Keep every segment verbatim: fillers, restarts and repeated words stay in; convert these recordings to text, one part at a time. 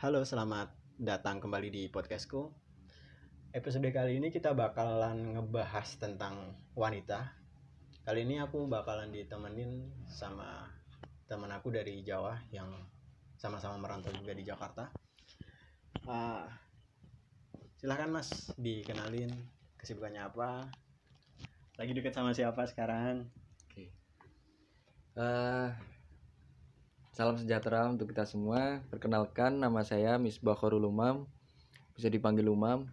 Halo, selamat datang kembali di podcastku. Episode kali ini kita bakalan ngebahas tentang wanita. Kali ini aku bakalan ditemenin sama teman aku dari Jawa yang sama-sama merantau juga di Jakarta. Uh, silahkan Mas, dikenalin kesibukannya apa, lagi deket sama siapa sekarang. Oke. Uh, salam sejahtera untuk kita semua. Perkenalkan, nama saya Misbah Khairul Umam, bisa dipanggil Umam.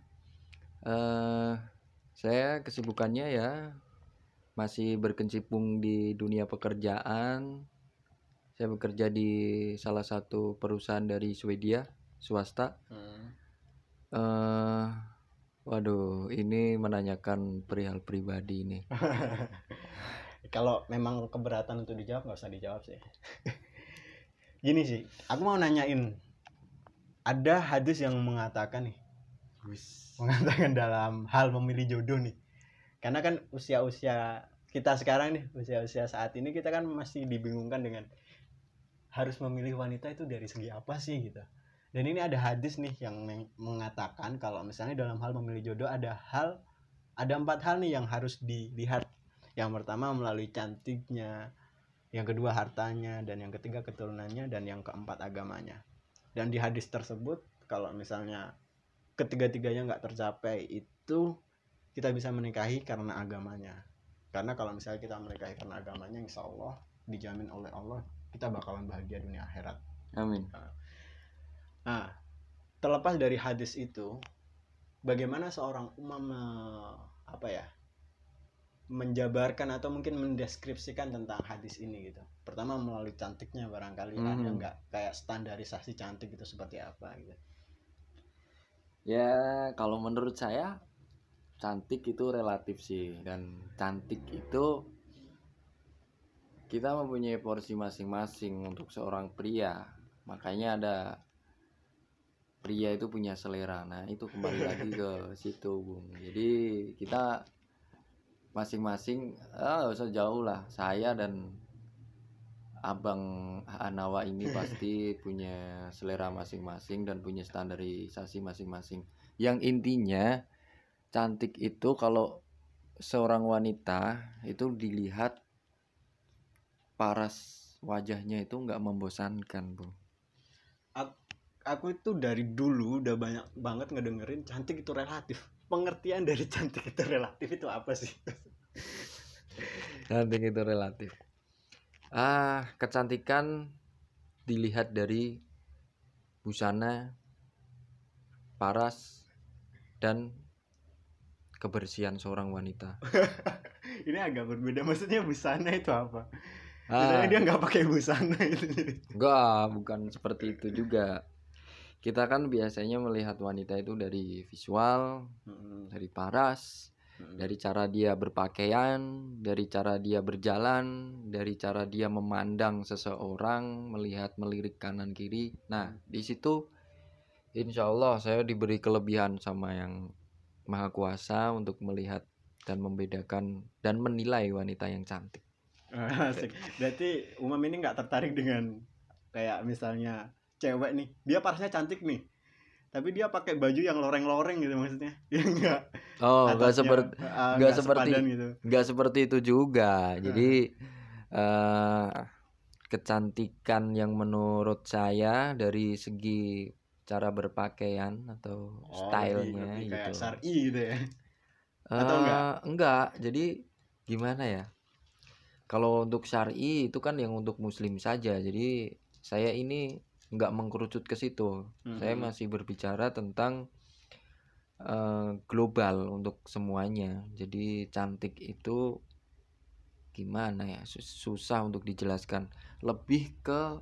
Uh, saya kesibukannya ya masih berkecimpung di dunia pekerjaan. Saya bekerja di salah satu perusahaan dari Swedia, swasta. Hmm. Uh, waduh, ini menanyakan perihal pribadi nih. Kalau memang keberatan untuk dijawab nggak usah dijawab sih. Gini sih, aku mau nanyain, ada hadis yang mengatakan nih, Wiss. mengatakan dalam hal memilih jodoh nih, karena kan usia-usia kita sekarang nih, usia-usia saat ini kita kan masih dibingungkan dengan harus memilih wanita itu dari segi apa sih gitu. Dan ini ada hadis nih yang mengatakan kalau misalnya dalam hal memilih jodoh ada hal, ada empat hal nih yang harus dilihat. Yang pertama melalui cantiknya, yang kedua hartanya, dan yang ketiga keturunannya, dan yang keempat agamanya. Dan di hadis tersebut kalau misalnya ketiga-tiganya nggak tercapai, itu kita bisa menikahi karena agamanya. Karena kalau misalnya kita menikahi karena agamanya, insya Allah dijamin oleh Allah kita bakalan bahagia dunia akhirat. Amin. Nah, terlepas dari hadis itu, bagaimana seorang umam apa ya menjabarkan atau mungkin mendeskripsikan tentang hadis ini gitu. Pertama melalui cantiknya, barangkali hmm. ada nggak kayak standarisasi cantik itu seperti apa gitu. Ya kalau menurut saya cantik itu relatif sih, dan cantik itu kita mempunyai porsi masing-masing untuk seorang pria. Makanya ada pria itu punya selera. Nah itu kembali lagi ke situ Bung. Jadi kita masing-masing, ah oh, usah jauh lah, saya dan Abang Anawa ini pasti punya selera masing-masing dan punya standarisasi masing-masing. Yang intinya cantik itu kalau seorang wanita itu dilihat paras wajahnya itu nggak membosankan, Bro. Aku itu dari dulu udah banyak banget ngedengerin cantik itu relatif. Pengertian dari cantik itu relatif itu apa sih? Cantik itu relatif. Ah, kecantikan dilihat dari busana, paras, dan kebersihan seorang wanita. Ini agak berbeda. Maksudnya busana itu apa? Misalnya ah, dia nggak pakai busana itu. Enggak, bukan seperti itu juga. Kita kan biasanya melihat wanita itu dari visual, hmm. dari paras, hmm. dari cara dia berpakaian, dari cara dia berjalan, dari cara dia memandang seseorang, melihat melirik kanan kiri. Nah, di situ insya Allah saya diberi kelebihan sama yang Maha Kuasa untuk melihat dan membedakan dan menilai wanita yang cantik. Asik. Berarti Umam ini nggak tertarik dengan kayak misalnya cewek nih, dia parasnya cantik nih, tapi dia pakai baju yang loreng-loreng gitu maksudnya. Ya enggak. Oh, enggak seperti enggak uh, seperti gitu. Enggak seperti itu juga. Jadi uh, kecantikan yang menurut saya dari segi cara berpakaian atau oh, stylenya lebih, lebih gitu. Kayak syar'i gitu ya. Uh, atau enggak? Enggak. Jadi gimana ya? Kalau untuk syar'i itu kan yang untuk muslim saja. Jadi saya ini nggak mengkerucut ke situ. Mm-hmm. Saya masih berbicara tentang uh, global untuk semuanya. Jadi cantik itu gimana ya? Susah untuk dijelaskan. Lebih ke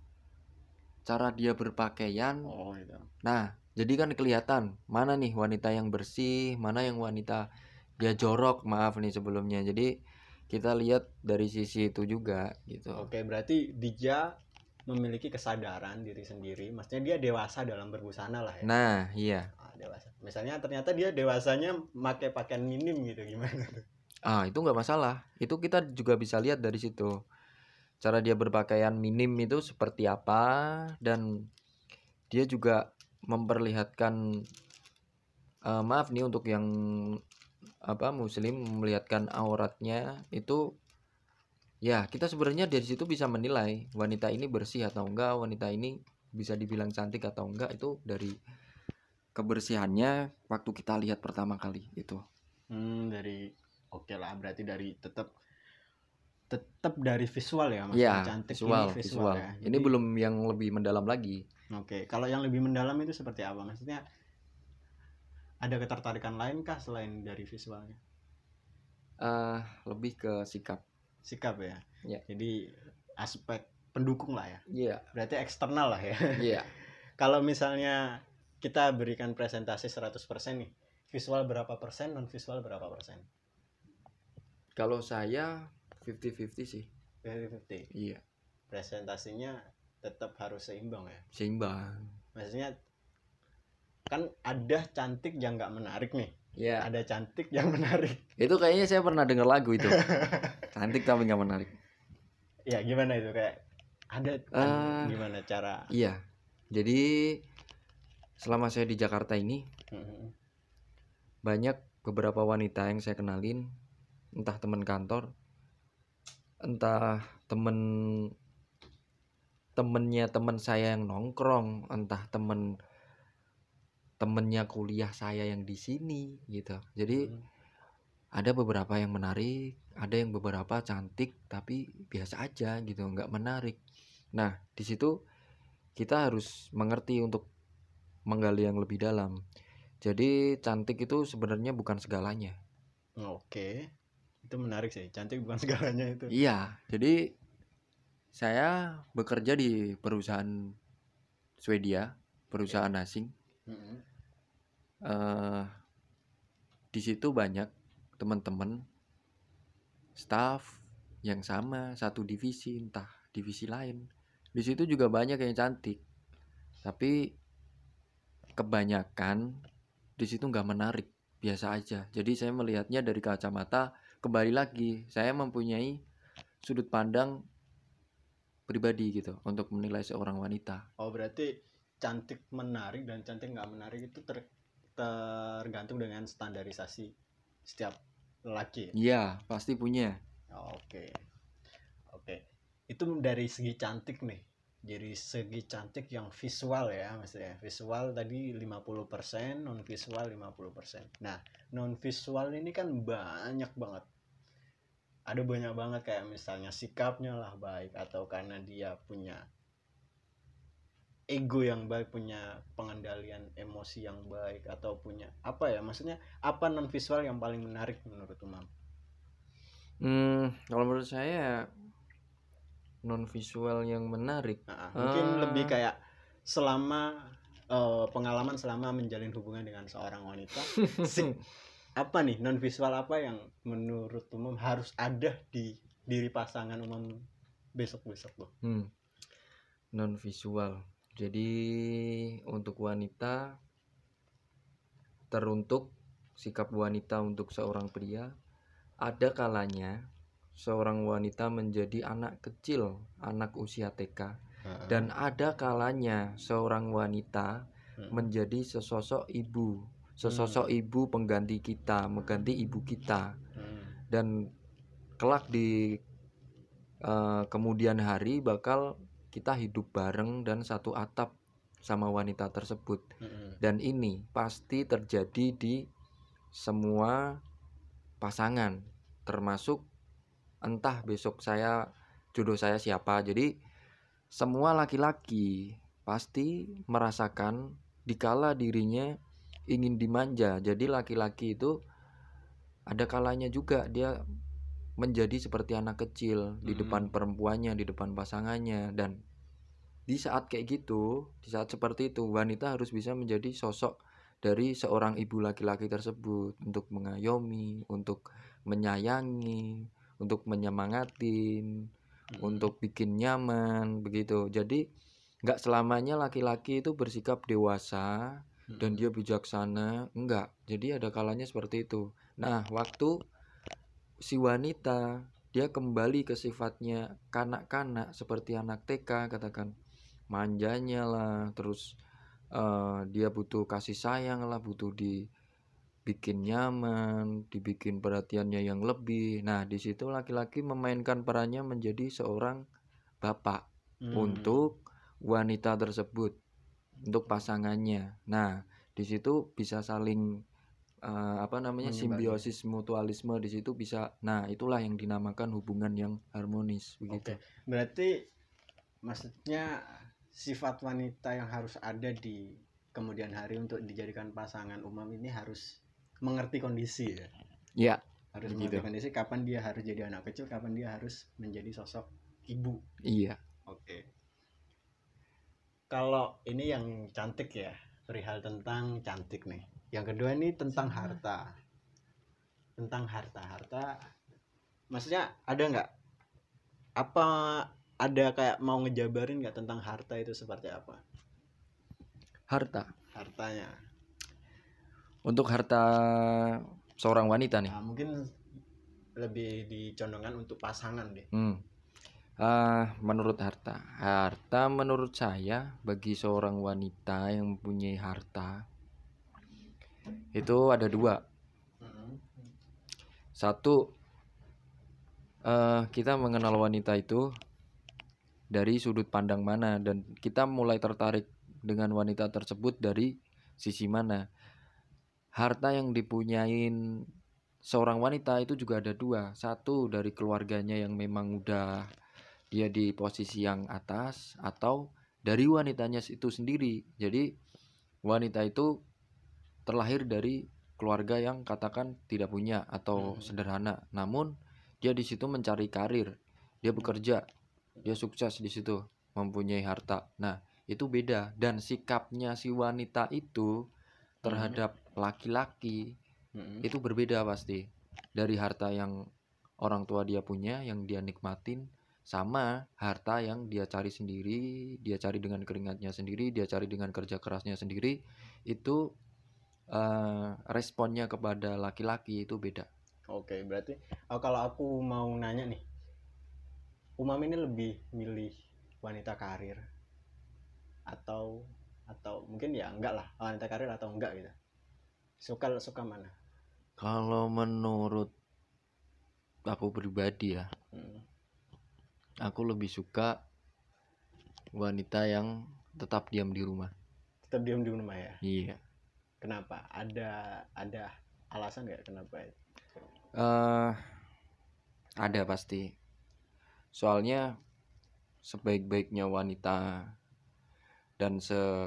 cara dia berpakaian. Oh, gitu. Nah, jadi kan kelihatan mana nih wanita yang bersih, mana yang wanita dia jorok. Maaf nih sebelumnya. Jadi kita lihat dari sisi itu juga gitu. Oke, berarti dia memiliki kesadaran diri sendiri, maksudnya dia dewasa dalam berbusana lah ya. Nah, iya. Ah, dewasa. Misalnya ternyata dia dewasanya pakai pakaian minim gitu, gimana tuh? Ah, itu nggak masalah. Itu kita juga bisa lihat dari situ. Cara dia berpakaian minim itu seperti apa, dan dia juga memperlihatkan uh, maaf nih untuk yang apa muslim, melihatkan auratnya itu. Ya, kita sebenarnya dari situ bisa menilai wanita ini bersih atau enggak, wanita ini bisa dibilang cantik atau enggak, itu dari kebersihannya waktu kita lihat pertama kali itu. Hmm, dari oke okay lah, berarti dari tetap tetap dari visual ya, maksudnya Ya, cantik visual, ini visual, visual. ya. Jadi, ini belum yang lebih mendalam lagi. Oke, okay. Kalau yang lebih mendalam itu seperti apa? Maksudnya ada ketertarikan lain kah selain dari visualnya? Uh, lebih ke sikap. Sikap ya. Ya. Jadi aspek pendukung lah ya. Iya. Berarti eksternal lah ya. Iya. Kalau misalnya kita berikan presentasi seratus persen nih, visual berapa persen, non visual berapa persen? Kalau saya fifty fifty sih. fifty fifty. Iya. Presentasinya tetap harus seimbang ya. Seimbang. Maksudnya kan ada cantik yang nggak menarik nih. Iya. Ada cantik yang menarik. Itu kayaknya saya pernah dengar lagu itu. Cantik tapi nggak menarik. Ya gimana itu, kayak ada kan, uh, gimana cara? Iya. Jadi selama saya di Jakarta ini hmm. banyak beberapa wanita yang saya kenalin, entah teman kantor, entah temen temennya teman saya yang nongkrong, entah temen temennya kuliah saya yang di sini gitu. Jadi hmm. ada beberapa yang menarik, ada yang beberapa cantik tapi biasa aja gitu, nggak menarik. Nah di situ kita harus mengerti untuk menggali yang lebih dalam. Jadi cantik itu sebenarnya bukan segalanya. Oke, itu menarik sih. Cantik bukan segalanya itu. Iya, jadi saya bekerja di perusahaan Swedia, perusahaan okay. asing. Mm-hmm. Uh, di situ banyak teman-teman staff yang sama satu divisi, entah divisi lain. Di situ juga banyak yang cantik, tapi kebanyakan di situ nggak menarik, biasa aja. Jadi saya melihatnya dari kacamata, kembali lagi saya mempunyai sudut pandang pribadi gitu untuk menilai seorang wanita. Oh berarti cantik menarik dan cantik nggak menarik itu ter tergantung dengan standarisasi setiap lelaki. Iya pasti punya. Oke oke itu dari segi cantik nih. Jadi segi cantik yang visual ya, maksudnya visual tadi lima puluh persen, non visual lima puluh persen. Nah non visual ini kan banyak banget, ada banyak banget kayak misalnya sikapnya lah baik, atau karena dia punya ego yang baik, punya pengendalian emosi yang baik, atau punya apa ya, maksudnya apa non visual yang paling menarik menurut Umam? Hmm, kalau menurut saya non visual yang menarik nah, mungkin uh... lebih kayak selama uh, pengalaman selama menjalin hubungan dengan seorang wanita si, apa nih non visual apa yang menurut Umam harus ada di diri pasangan Umam besok-besok tuh? Hmm. Non visual. Jadi untuk wanita, teruntuk sikap wanita untuk seorang pria, ada kalanya seorang wanita menjadi anak kecil, anak usia T K, uh-huh. dan ada kalanya seorang wanita uh-huh. menjadi sesosok ibu, sesosok uh-huh. ibu pengganti kita, mengganti ibu kita, uh-huh. dan kelak di uh, kemudian hari bakal kita hidup bareng dan satu atap sama wanita tersebut, uh-huh. dan ini pasti terjadi di semua pasangan, termasuk entah besok saya jodoh saya siapa. Jadi semua laki-laki pasti merasakan dikala dirinya ingin dimanja. Jadi laki-laki itu ada kalanya juga dia menjadi seperti anak kecil di depan perempuannya, di depan pasangannya. Dan di saat kayak gitu, di saat seperti itu, wanita harus bisa menjadi sosok dari seorang ibu laki-laki tersebut untuk mengayomi, untuk menyayangi, untuk menyemangatin, hmm. untuk bikin nyaman begitu. Jadi nggak selamanya laki-laki itu bersikap dewasa hmm. dan dia bijaksana, enggak. Jadi ada kalanya seperti itu. Nah waktu si wanita dia kembali ke sifatnya kanak-kanak seperti anak T K, katakan manjanya lah, terus uh, dia butuh kasih sayang lah, butuh dibikin nyaman, dibikin perhatiannya yang lebih. Nah di situ laki-laki memainkan perannya menjadi seorang bapak Hmm. untuk wanita tersebut, untuk pasangannya. Nah di situ bisa saling uh, apa namanya Menyembagi. simbiosis mutualisme di situ bisa. Nah itulah yang dinamakan hubungan yang harmonis begitu. Oke, berarti maksudnya sifat wanita yang harus ada di kemudian hari untuk dijadikan pasangan Umam ini harus mengerti kondisi ya. Ya, Harus begitu. mengerti kondisi, kapan dia harus jadi anak kecil, kapan dia harus menjadi sosok ibu. Iya. Oke. Kalau ini yang cantik ya, perihal tentang cantik nih. Yang kedua ini tentang harta. Tentang harta, harta. Maksudnya ada nggak? Apa ada kayak mau ngejabarin nggak tentang harta itu seperti apa? Harta. Hartanya. Untuk harta seorang wanita nih. Nah, mungkin lebih dicondongkan untuk pasangan deh. Hmm. Uh, menurut harta, harta menurut saya bagi seorang wanita yang mempunyai harta itu ada dua. Satu, uh, kita mengenal wanita itu dari sudut pandang mana, dan kita mulai tertarik dengan wanita tersebut dari sisi mana. Harta yang dipunyain seorang wanita itu juga ada dua. Satu dari keluarganya yang memang udah dia di posisi yang atas, atau dari wanitanya itu sendiri. Jadi wanita itu terlahir dari keluarga yang katakan tidak punya atau hmm. sederhana, namun dia di situ mencari karir, dia bekerja, dia sukses di situ, mempunyai harta. Nah itu beda, dan sikapnya si wanita itu terhadap hmm. laki-laki hmm. itu berbeda pasti dari harta yang orang tua dia punya, yang dia nikmatin, sama harta yang dia cari sendiri, dia cari dengan keringatnya sendiri, dia cari dengan kerja kerasnya sendiri. Itu uh, responnya kepada laki-laki itu beda. Oke, berarti oh, kalau aku mau nanya nih, Umam ini lebih milih wanita karir atau atau mungkin ya enggak lah, wanita karir atau enggak gitu? Suka suka mana? Kalau menurut aku pribadi ya, hmm. aku lebih suka wanita yang tetap diam di rumah. Tetap diam di rumah ya? Iya. Kenapa? Ada ada alasan nggak kenapa? Uh, ada pasti. Soalnya sebaik-baiknya wanita dan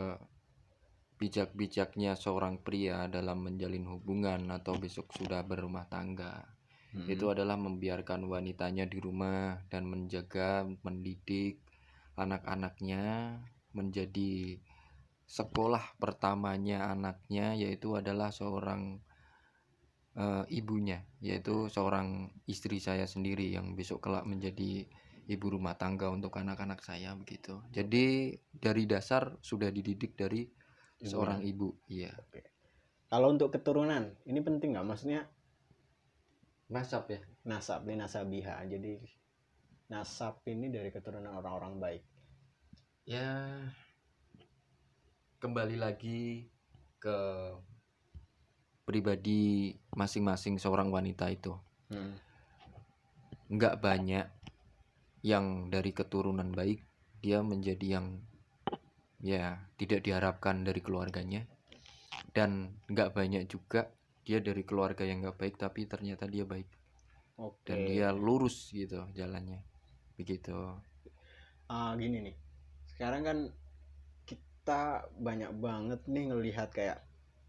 sebijak-bijaknya seorang pria dalam menjalin hubungan atau besok sudah berumah tangga, hmm. itu adalah membiarkan wanitanya di rumah dan menjaga, mendidik anak-anaknya menjadi sekolah pertamanya anaknya, yaitu adalah seorang uh, ibunya, yaitu seorang istri saya sendiri yang besok kelak menjadi ibu rumah tangga untuk anak-anak saya begitu. Jadi dari dasar sudah dididik dari ibu seorang ya? Ibu. Iya. Oke. Kalau untuk keturunan ini penting nggak? Maksudnya nasab ya? Nasab, ini nasabiha. Jadi nasab ini dari keturunan orang-orang baik. Ya, kembali lagi ke pribadi masing-masing seorang wanita itu. Hmm. Nggak banyak yang dari keturunan baik dia menjadi yang ya tidak diharapkan dari keluarganya, dan nggak banyak juga dia dari keluarga yang nggak baik tapi ternyata dia baik. Oke. Dan dia lurus gitu jalannya begitu. Uh, gini nih, sekarang kan kita banyak banget nih ngelihat kayak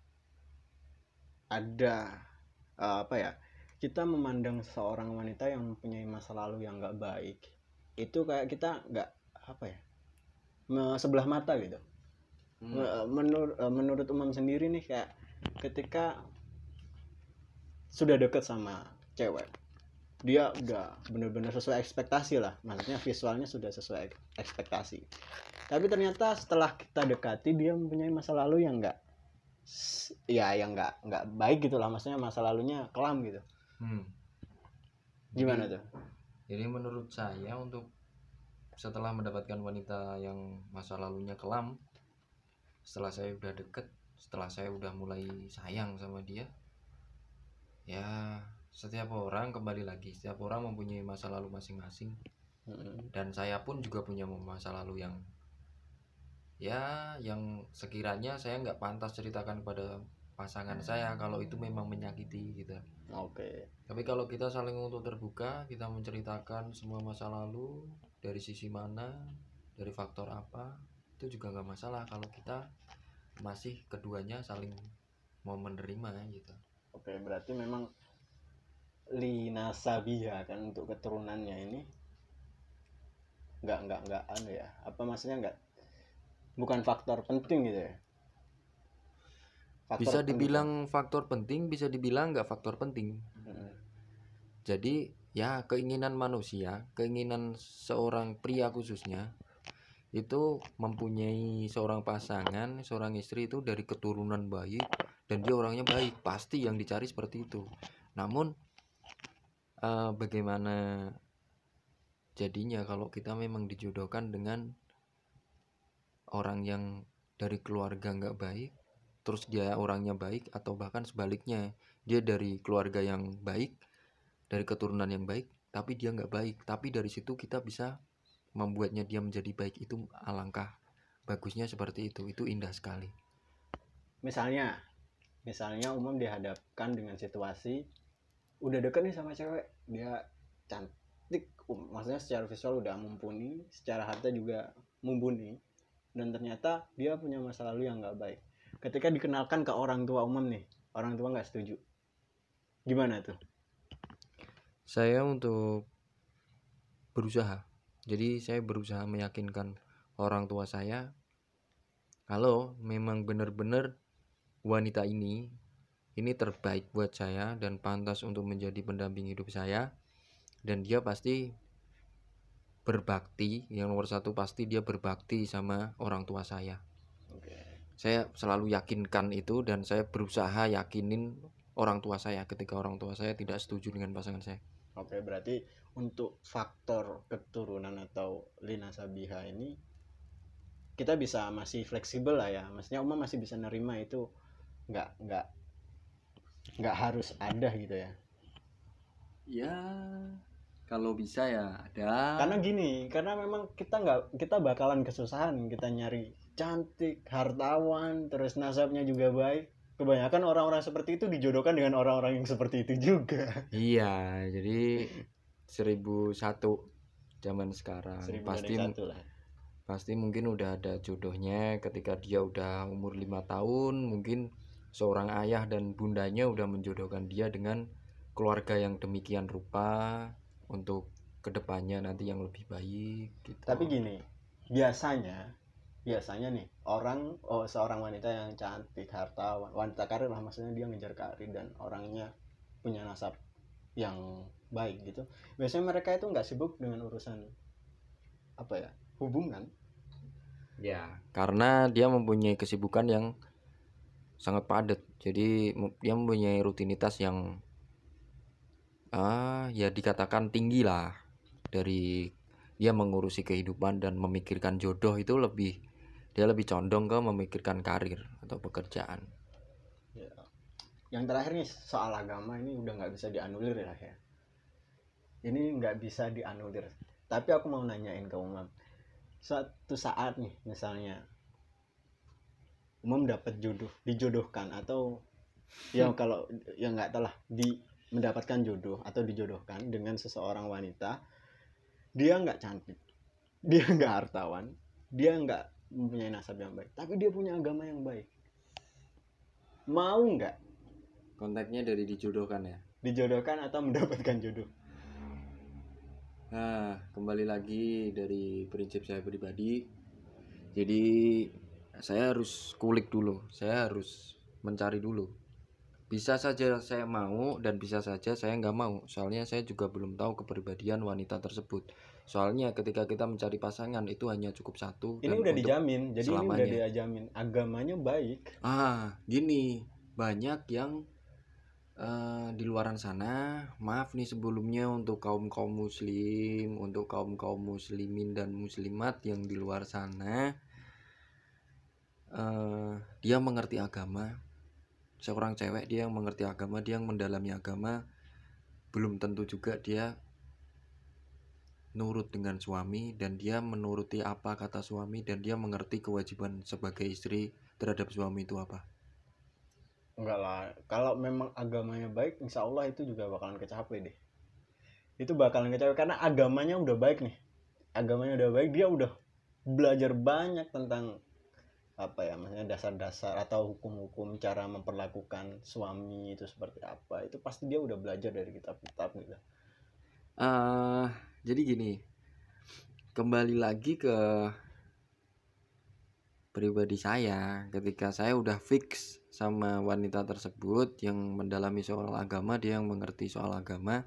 ada uh, apa ya, kita memandang seorang wanita yang mempunyai masa lalu yang nggak baik itu kayak kita nggak apa ya, sebelah mata gitu. hmm. Menur, menurut Umam sendiri nih, kayak ketika sudah deket sama cewek, dia udah bener-bener sesuai ekspektasi lah, maksudnya visualnya sudah sesuai ekspektasi, tapi ternyata setelah kita dekati dia mempunyai masa lalu yang nggak ya yang nggak nggak baik gitu lah, maksudnya masa lalunya kelam gitu. hmm. Gimana jadi, tuh? Jadi menurut saya, untuk setelah mendapatkan wanita yang masa lalunya kelam, setelah saya udah deket, setelah saya udah mulai sayang sama dia, ya setiap orang kembali lagi, setiap orang mempunyai masa lalu masing-masing. Mm-mm. Dan saya pun juga punya masa lalu yang ya yang sekiranya saya nggak pantas ceritakan kepada pasangan saya kalau itu memang menyakiti gitu. Oke. Tapi kalau kita saling untuk terbuka, kita menceritakan semua masa lalu dari sisi mana, dari faktor apa, itu juga nggak masalah kalau kita masih keduanya saling mau menerima gitu. Oke, berarti memang Lina Sabiha kan untuk keturunannya ini nggak nggak nggak anu ya, apa maksudnya nggak, bukan faktor penting gitu ya. Faktor Bisa pendukung. dibilang faktor penting, bisa dibilang nggak faktor penting. Mm-mm. Jadi ya keinginan manusia, keinginan seorang pria khususnya itu mempunyai seorang pasangan, seorang istri itu dari keturunan baik dan dia orangnya baik, pasti yang dicari seperti itu. Namun eh, bagaimana jadinya kalau kita memang dijodohkan dengan orang yang dari keluarga nggak baik, terus dia orangnya baik, atau bahkan sebaliknya dia dari keluarga yang baik, dari keturunan yang baik, tapi dia nggak baik, tapi dari situ kita bisa membuatnya dia menjadi baik. Itu alangkah bagusnya seperti itu, itu indah sekali. Misalnya, misalnya umum dihadapkan dengan situasi udah deket nih sama cewek, dia cantik, um, maksudnya secara visual udah mumpuni, secara harta juga mumpuni, dan ternyata dia punya masa lalu yang nggak baik. Ketika dikenalkan ke orang tua umum nih, orang tua nggak setuju, gimana tuh? Saya untuk berusaha, jadi saya berusaha meyakinkan orang tua saya kalau memang benar-benar wanita ini ini terbaik buat saya dan pantas untuk menjadi pendamping hidup saya, dan dia pasti berbakti, yang nomor satu pasti dia berbakti sama orang tua saya. Oke. Saya selalu yakinkan itu dan saya berusaha yakinin orang tua saya ketika orang tua saya tidak setuju dengan pasangan saya. Oke, berarti untuk faktor keturunan atau Lina Sabiha ini kita bisa masih fleksibel lah ya, maksudnya umum masih bisa nerima itu, nggak nggak nggak harus ada gitu ya. Ya kalau bisa ya ada. Karena gini, karena memang kita nggak kita bakalan kesusahan kita nyari cantik, hartawan, terus nasabnya juga baik. Kebanyakan orang-orang seperti itu dijodohkan dengan orang-orang yang seperti itu juga. Iya, jadi seribu satu zaman sekarang Seribu pasti dari satu lah. pasti mungkin udah ada jodohnya ketika dia udah umur lima tahun, mungkin seorang ayah dan bundanya udah menjodohkan dia dengan keluarga yang demikian rupa untuk kedepannya nanti yang lebih baik gitu. Tapi gini, biasanya biasanya nih orang, oh seorang wanita yang cantik, hartawan, wanita karir lah, maksudnya dia ngejar karir dan orangnya punya nasab yang baik gitu, biasanya mereka itu nggak sibuk dengan urusan apa ya, hubungan. Ya, karena dia mempunyai kesibukan yang sangat padat, jadi dia mempunyai rutinitas yang ah ya dikatakan tinggi lah. Dari dia mengurusi kehidupan dan memikirkan jodoh itu lebih, dia lebih condong ke memikirkan karir atau pekerjaan. Ya. Yang terakhir nih soal agama, ini udah nggak bisa dianulir ya, ya. Ini nggak bisa dianulir. Tapi aku mau nanyain ke Umam, suatu saat nih misalnya Umam dapat jodoh, dijodohkan atau ya kalau ya nggak tahu lah, di mendapatkan jodoh atau dijodohkan dengan seseorang wanita, dia nggak cantik, dia nggak hartawan, dia nggak mempunyai nasab yang baik, tapi dia punya agama yang baik, mau nggak Konteksnya dari dijodohkan ya. dijodohkan atau mendapatkan jodoh? Nah, kembali lagi dari prinsip saya pribadi. Jadi saya harus kulik dulu, saya harus mencari dulu. Bisa saja saya mau dan bisa saja saya nggak mau. Soalnya saya juga belum tahu kepribadian wanita tersebut. Soalnya ketika kita mencari pasangan itu hanya cukup satu. Ini dan udah untuk dijamin, jadi selamanya. ini udah dijamin agamanya baik. Ah, gini, banyak yang uh, di luaran sana, maaf nih sebelumnya untuk kaum kaum muslim, untuk kaum kaum muslimin dan muslimat yang di luar sana, uh, dia mengerti agama, seorang cewek dia yang mengerti agama, dia yang mendalami agama, belum tentu juga dia nurut dengan suami dan dia menuruti apa kata suami dan dia mengerti kewajiban sebagai istri terhadap suami itu apa. Enggak lah, kalau memang agamanya baik, insya Allah itu juga bakalan kecapai deh. Itu bakalan kecapai karena agamanya udah baik nih. Agamanya udah baik, dia udah belajar banyak tentang apa ya, maksudnya dasar-dasar atau hukum-hukum cara memperlakukan suami itu seperti apa. Itu pasti dia udah belajar dari kitab-kitab gitu. Uh, jadi gini, kembali lagi ke pribadi saya, ketika saya udah fix sama wanita tersebut yang mendalami soal agama, dia yang mengerti soal agama,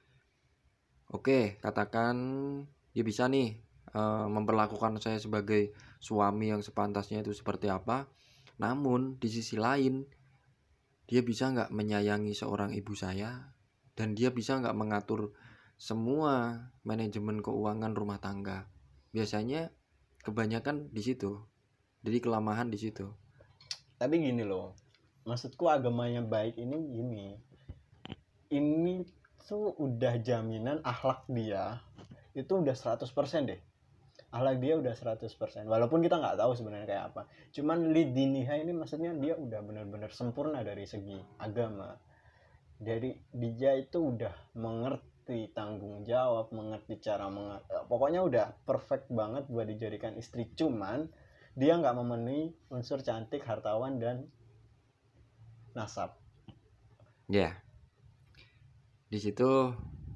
oke, katakan dia bisa nih uh, memperlakukan saya sebagai suami yang sepantasnya itu seperti apa. Namun di sisi lain dia bisa nggak menyayangi seorang ibu saya, dan dia bisa nggak mengatur semua manajemen keuangan rumah tangga. Biasanya kebanyakan di situ. Jadi kelemahan di situ. Tapi gini loh, maksudku agamanya baik ini gini, ini tuh udah jaminan akhlak dia itu udah seratus persen deh. Akhlak dia udah seratus persen. Walaupun kita nggak tahu sebenarnya kayak apa. Cuman lidiniha ini maksudnya dia udah benar-benar sempurna dari segi agama. Dari dia itu udah mengerti tanggung jawab, mengerti cara mengerti, pokoknya udah perfect banget buat dijadikan istri. Cuman dia nggak memenuhi unsur cantik, hartawan, dan nasab. Ya, yeah. Di situ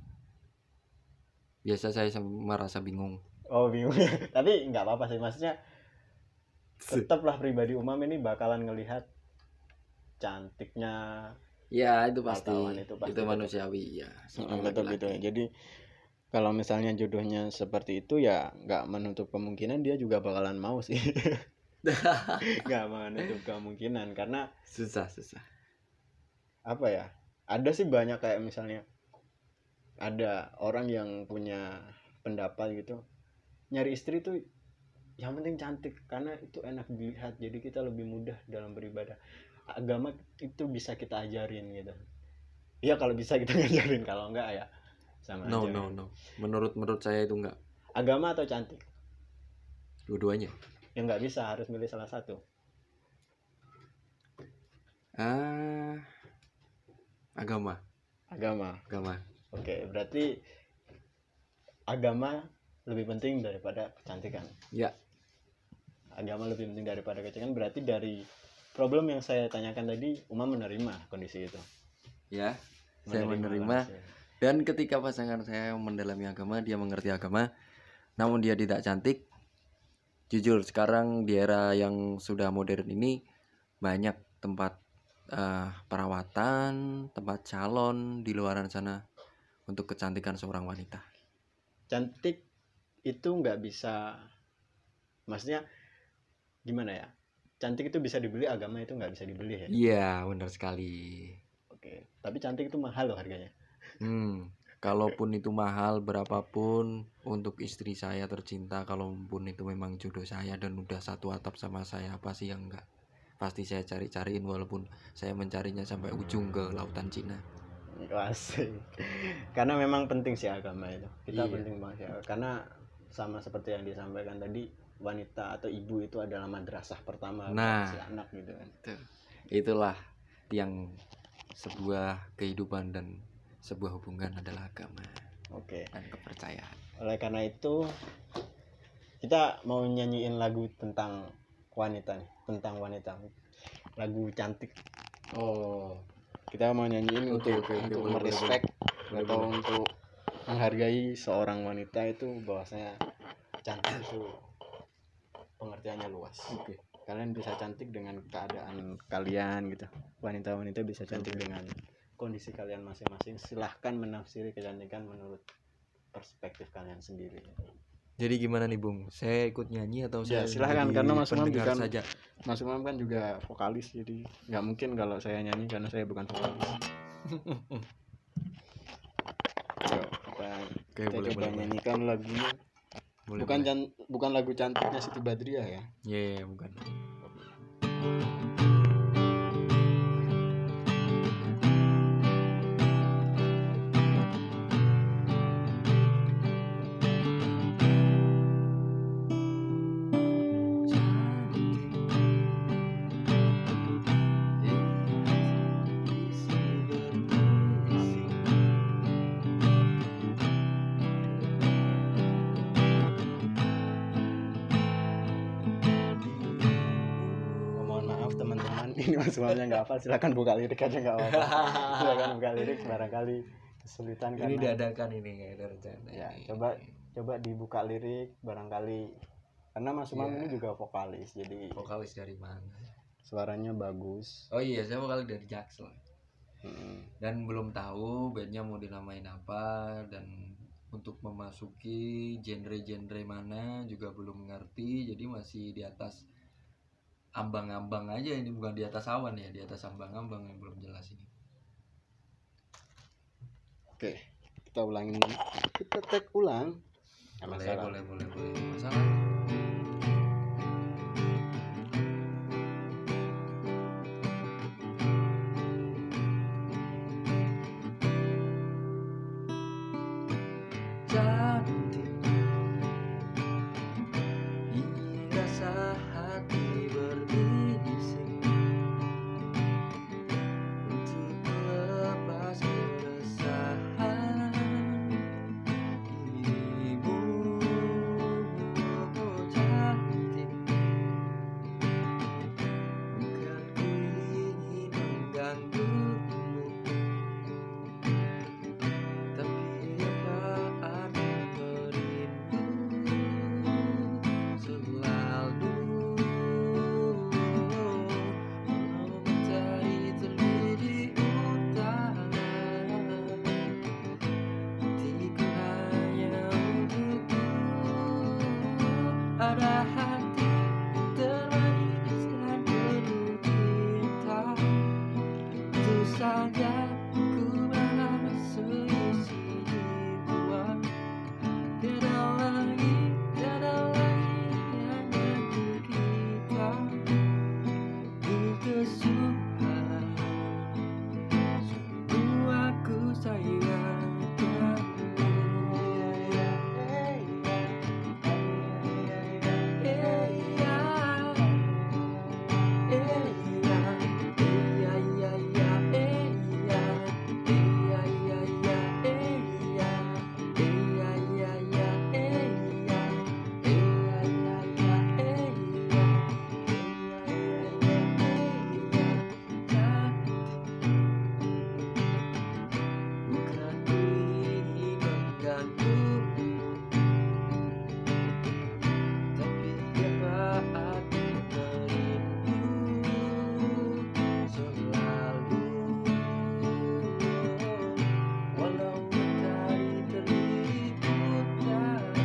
biasa saya merasa bingung. Oh bingung. Tapi nggak apa-apa sih, maksudnya tetaplah pribadi Umam ini bakalan ngelihat cantiknya. Ya itu pasti, itu, pasti itu manusiawi ya. Betul gitu ya. Jadi kalau misalnya jodohnya seperti itu ya nggak menutup kemungkinan dia juga bakalan mau sih. Nggak menutup kemungkinan karena susah susah. Apa ya? Ada sih banyak kayak misalnya ada orang yang punya pendapat gitu, nyari istri tuh yang penting cantik karena itu enak dilihat, jadi kita lebih mudah dalam beribadah. Agama itu bisa kita ajarin gitu. Iya kalau bisa kita ngajarin, kalau enggak ya sama no, aja. No no no. Menurut menurut saya itu enggak. Agama atau cantik? Dua-duanya. Ya enggak bisa, harus milih salah satu. Ah, agama. Agama. Agama. Oke, berarti agama lebih penting daripada kecantikan. Ya. Agama lebih penting daripada kecantikan, berarti dari problem yang saya tanyakan tadi, Umam menerima kondisi itu. Ya, menerima, saya menerima. Dan ketika pasangan saya mendalami agama, dia mengerti agama, namun dia tidak cantik. Jujur, sekarang di era yang sudah modern ini banyak tempat uh, perawatan, tempat calon di luaran sana untuk kecantikan seorang wanita. Cantik itu nggak bisa, maksudnya gimana ya? Cantik itu bisa dibeli, agama itu nggak bisa dibeli ya? Iya, benar sekali. Oke, tapi cantik itu mahal loh harganya. Hmm, kalaupun itu mahal berapapun untuk istri saya tercinta, kalaupun itu memang jodoh saya dan udah satu atap sama saya, pasti yang enggak. Pasti saya cari-cariin walaupun saya mencarinya sampai ujung ke lautan Cina. Asik. Karena memang penting sih agama itu. Kita iya. penting banget ya. Karena sama seperti yang disampaikan tadi, wanita atau ibu itu adalah madrasah pertama nah, si anak gitu kan. Itulah yang sebuah kehidupan dan sebuah hubungan adalah agama. Oke. Dan kepercayaan. Oleh karena itu kita mau nyanyiin lagu tentang wanita nih, tentang wanita. Lagu cantik. Oh, kita mau nyanyiin okay, untuk okay, okay, untuk boleh, merespek boleh, atau boleh. untuk menghargai seorang wanita itu bahwasanya cantik itu pengertiannya luas. Oke. Okay. Kalian bisa cantik dengan keadaan kalian gitu. Wanita-wanita bisa cantik okay. dengan kondisi kalian masing-masing. Silahkan menafsiri kecantikan menurut perspektif kalian sendiri. Jadi gimana nih Bung? Saya ikut nyanyi atau ya, saya silahkan karena Mas Umam kan saja. Mas Umam kan juga vokalis, jadi nggak mungkin kalau saya nyanyi karena saya bukan vokalis. Yo, kita, Oke, kita boleh, coba boleh, nyanyikan boleh. lagunya. Boleh, bukan boleh. Can, bukan lagu cantiknya Siti Badriah ya? Iya, yeah, bukan. ini Mas Umamnya nggak hafal, silakan buka lirik aja nggak apa-apa. Silakan buka lirik, barangkali kesulitan Ini karena diadakan ini nggak ada rencana. ya ini. coba coba dibuka lirik barangkali, karena Mas Umam Iya. ini juga vokalis, jadi Vokalis dari mana? suaranya bagus. Oh iya, saya vokalis dari Jaksel. Hmm. Dan belum tahu bandnya mau dinamain apa, dan untuk memasuki genre-genre mana juga belum ngerti, jadi masih di atas ambang-ambang aja, ini bukan di atas awan ya, di atas ambang-ambang yang belum jelas ini. Oke, kita ulangin, kita tag ulang. Nggak Boleh, masalah. boleh, boleh, boleh, nggak masalah. Cantik, ini rasa hati berbisik untuk melepas keresahan dirimu. Oh, cantik, bukan ku ingin mengganggumu, tapi apa arti merindu selalu. Walau matahari terbit di utara, hatiku hanya untukmu. Ada hati termanis dan penuh cinta, itu saja ku balas seisi jiwa. Tiada lagi, tiada lagi hanya untuk kita. Ini kesukaan, sungguh aku sayang kamu. Bukan ku ingin mengganggumu, tapi apa arti merindu selalu. Walau matahari terbit di utara,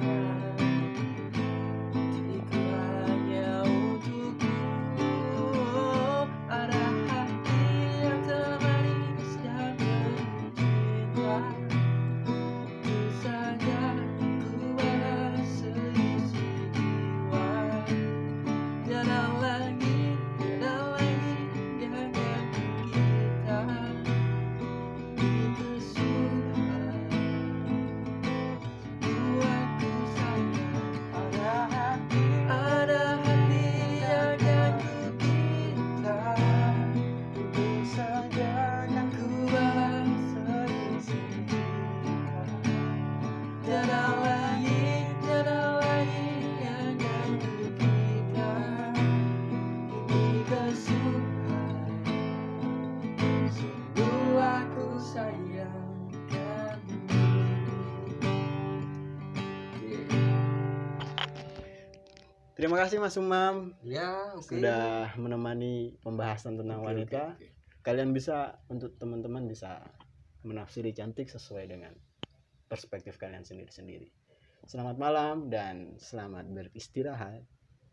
hatiku hanya untukmu. Ada hati yang termanis dan penuh cinta, itu saja ku balas seisi jiwa. Tiada lagi, tiada lagi yang ganti kita. Ini kesukaan, sungguh aku sayang. Ada hati, ada hati yang ganti kita. Itu saja yang ku balas seisi jiwa. Tiada lagi, tiada lagi yang ganti kita. Ini kesukaan, sungguh aku sayang kamu. Terima kasih Mas Umam Ya, oke. sudah menemani pembahasan tentang Oke, wanita. oke, oke. Kalian bisa, untuk teman-teman bisa menafsiri cantik sesuai dengan perspektif kalian sendiri-sendiri. Selamat malam dan selamat beristirahat.